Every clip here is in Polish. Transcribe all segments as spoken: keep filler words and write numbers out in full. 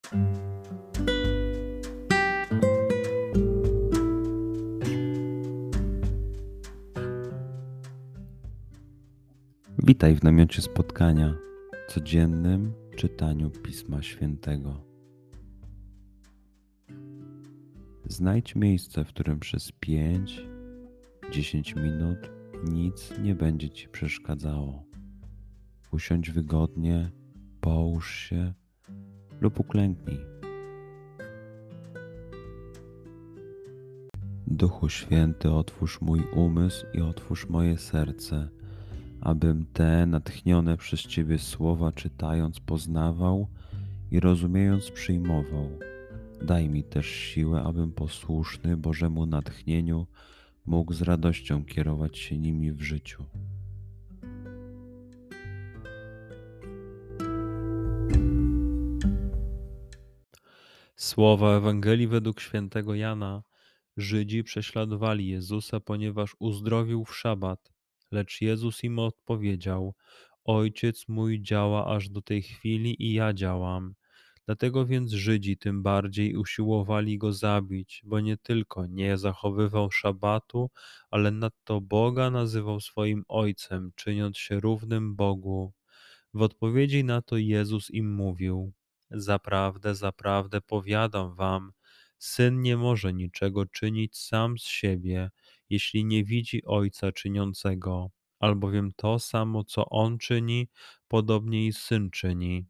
Witaj w namiocie spotkania, codziennym czytaniu Pisma Świętego. Znajdź miejsce, w którym przez pięć, dziesięć minut nic nie będzie Ci przeszkadzało. Usiądź wygodnie, połóż się lub uklęknij. Duchu Święty, otwórz mój umysł i otwórz moje serce, abym te natchnione przez Ciebie słowa czytając poznawał i rozumiejąc przyjmował. Daj mi też siłę, abym posłuszny Bożemu natchnieniu mógł z radością kierować się nimi w życiu. Słowa Ewangelii według świętego Jana. Żydzi prześladowali Jezusa, ponieważ uzdrowił w szabat. Lecz Jezus im odpowiedział: Ojciec mój działa aż do tej chwili i ja działam. Dlatego więc Żydzi tym bardziej usiłowali go zabić, bo nie tylko nie zachowywał szabatu, ale nadto Boga nazywał swoim Ojcem, czyniąc się równym Bogu. W odpowiedzi na to Jezus im mówił: Zaprawdę, zaprawdę powiadam wam, Syn nie może niczego czynić sam z siebie, jeśli nie widzi Ojca czyniącego, albowiem to samo, co On czyni, podobnie i Syn czyni.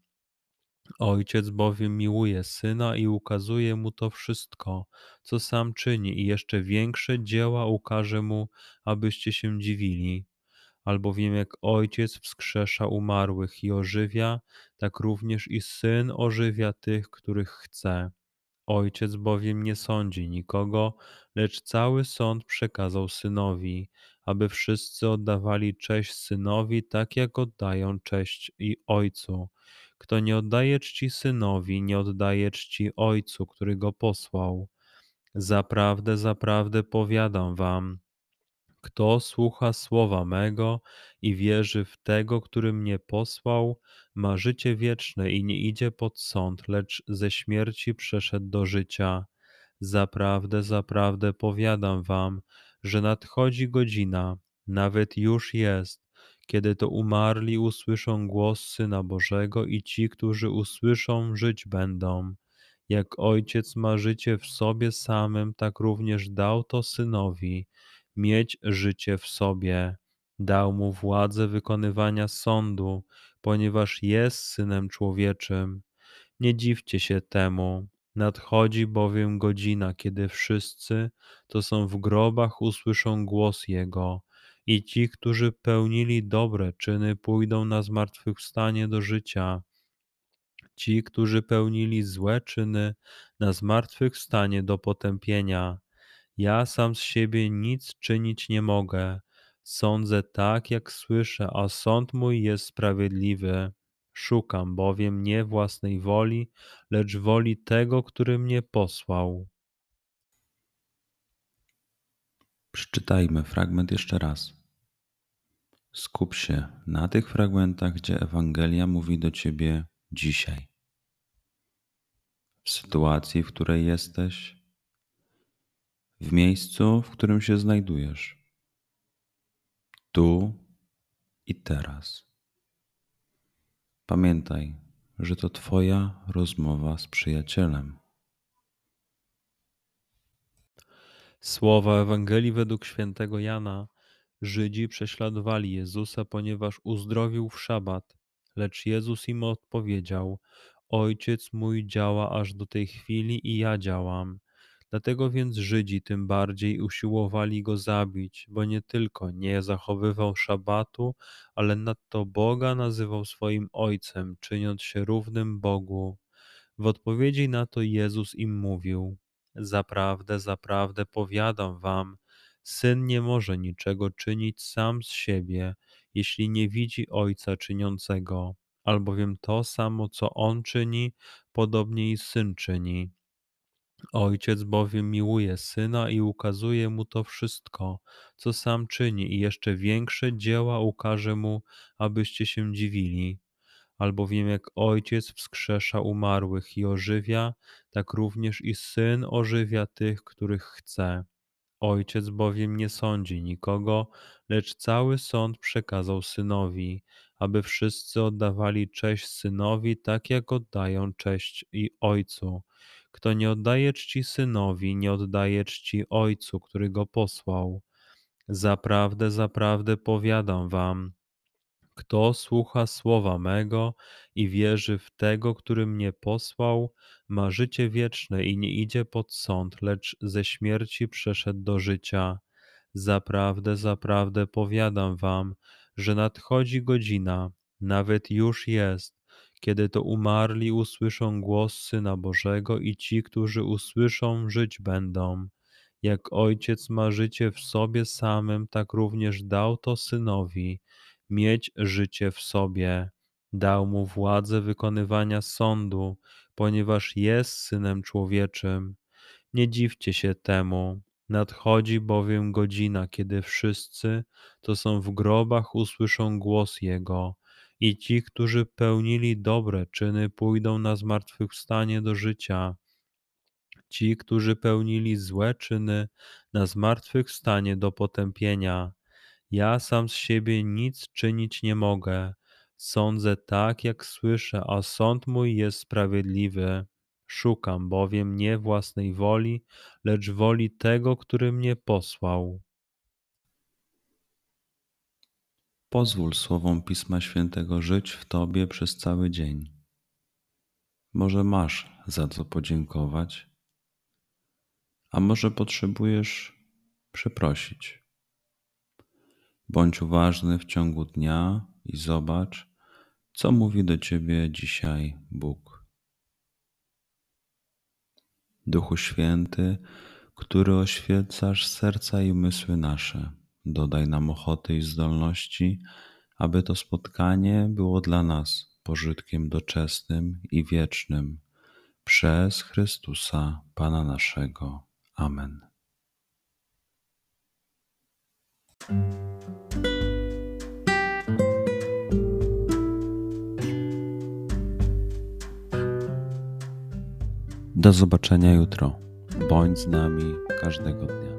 Ojciec bowiem miłuje Syna i ukazuje Mu to wszystko, co Sam czyni, i jeszcze większe dzieła ukaże Mu, abyście się dziwili. Albowiem jak Ojciec wskrzesza umarłych i ożywia, tak również i Syn ożywia tych, których chce. Ojciec bowiem nie sądzi nikogo, lecz cały sąd przekazał Synowi, aby wszyscy oddawali cześć Synowi, tak jak oddają cześć i Ojcu. Kto nie oddaje czci Synowi, nie oddaje czci Ojcu, który go posłał. Zaprawdę, zaprawdę powiadam wam, kto słucha słowa mego i wierzy w tego, który mnie posłał, ma życie wieczne i nie idzie pod sąd, lecz ze śmierci przeszedł do życia. Zaprawdę, zaprawdę powiadam wam, że nadchodzi godzina, nawet już jest, kiedy to umarli usłyszą głos Syna Bożego i ci, którzy usłyszą, żyć będą. Jak Ojciec ma życie w sobie samym, tak również dał to Synowi mieć życie w sobie. Dał mu władzę wykonywania sądu, ponieważ jest Synem Człowieczym. Nie dziwcie się temu, nadchodzi bowiem godzina, kiedy wszyscy, co są w grobach, usłyszą głos Jego, i ci, którzy pełnili dobre czyny, pójdą na zmartwychwstanie do życia. Ci, którzy pełnili złe czyny, na zmartwychwstanie do potępienia. Ja sam z siebie nic czynić nie mogę. Sądzę tak, jak słyszę, a sąd mój jest sprawiedliwy. Szukam bowiem nie własnej woli, lecz woli tego, który mnie posłał. Przeczytajmy fragment jeszcze raz. Skup się na tych fragmentach, gdzie Ewangelia mówi do Ciebie dzisiaj. W sytuacji, w której jesteś, w miejscu, w którym się znajdujesz, tu i teraz. Pamiętaj, że to Twoja rozmowa z przyjacielem. Słowa Ewangelii według świętego Jana. Żydzi prześladowali Jezusa, ponieważ uzdrowił w szabat. Lecz Jezus im odpowiedział: Ojciec mój działa aż do tej chwili i ja działam. Dlatego więc Żydzi tym bardziej usiłowali go zabić, bo nie tylko nie zachowywał szabatu, ale nadto Boga nazywał swoim Ojcem, czyniąc się równym Bogu. W odpowiedzi na to Jezus im mówił: Zaprawdę, zaprawdę powiadam wam, Syn nie może niczego czynić sam z siebie, jeśli nie widzi Ojca czyniącego, albowiem to samo, co On czyni, podobnie i Syn czyni. Ojciec bowiem miłuje Syna i ukazuje Mu to wszystko, co Sam czyni, i jeszcze większe dzieła ukaże Mu, abyście się dziwili. Albowiem jak Ojciec wskrzesza umarłych i ożywia, tak również i Syn ożywia tych, których chce. Ojciec bowiem nie sądzi nikogo, lecz cały sąd przekazał Synowi, aby wszyscy oddawali cześć Synowi, tak jak oddają cześć i Ojcu. Kto nie oddaje czci Synowi, nie oddaje czci Ojcu, który go posłał. Zaprawdę, zaprawdę powiadam wam, kto słucha słowa mego i wierzy w tego, który mnie posłał, ma życie wieczne i nie idzie pod sąd, lecz ze śmierci przeszedł do życia. Zaprawdę, zaprawdę powiadam wam, że nadchodzi godzina, nawet już jest, kiedy to umarli usłyszą głos Syna Bożego i ci, którzy usłyszą, żyć będą. Jak Ojciec ma życie w sobie samym, tak również dał to Synowi mieć życie w sobie. Dał mu władzę wykonywania sądu, ponieważ jest Synem Człowieczym. Nie dziwcie się temu. Nadchodzi bowiem godzina, kiedy wszyscy, co są w grobach, usłyszą głos Jego, i ci, którzy pełnili dobre czyny, pójdą na zmartwychwstanie do życia. Ci, którzy pełnili złe czyny, na zmartwychwstanie do potępienia. Ja sam z siebie nic czynić nie mogę. Sądzę tak, jak słyszę, a sąd mój jest sprawiedliwy. Szukam bowiem nie własnej woli, lecz woli tego, który mnie posłał. Pozwól słowom Pisma Świętego żyć w Tobie przez cały dzień. Może masz za co podziękować, a może potrzebujesz przeprosić. Bądź uważny w ciągu dnia i zobacz, co mówi do Ciebie dzisiaj Bóg. Duchu Święty, który oświecasz serca i umysły nasze, dodaj nam ochoty i zdolności, aby to spotkanie było dla nas pożytkiem doczesnym i wiecznym. Przez Chrystusa, Pana naszego. Amen. Do zobaczenia jutro. Bądź z nami każdego dnia.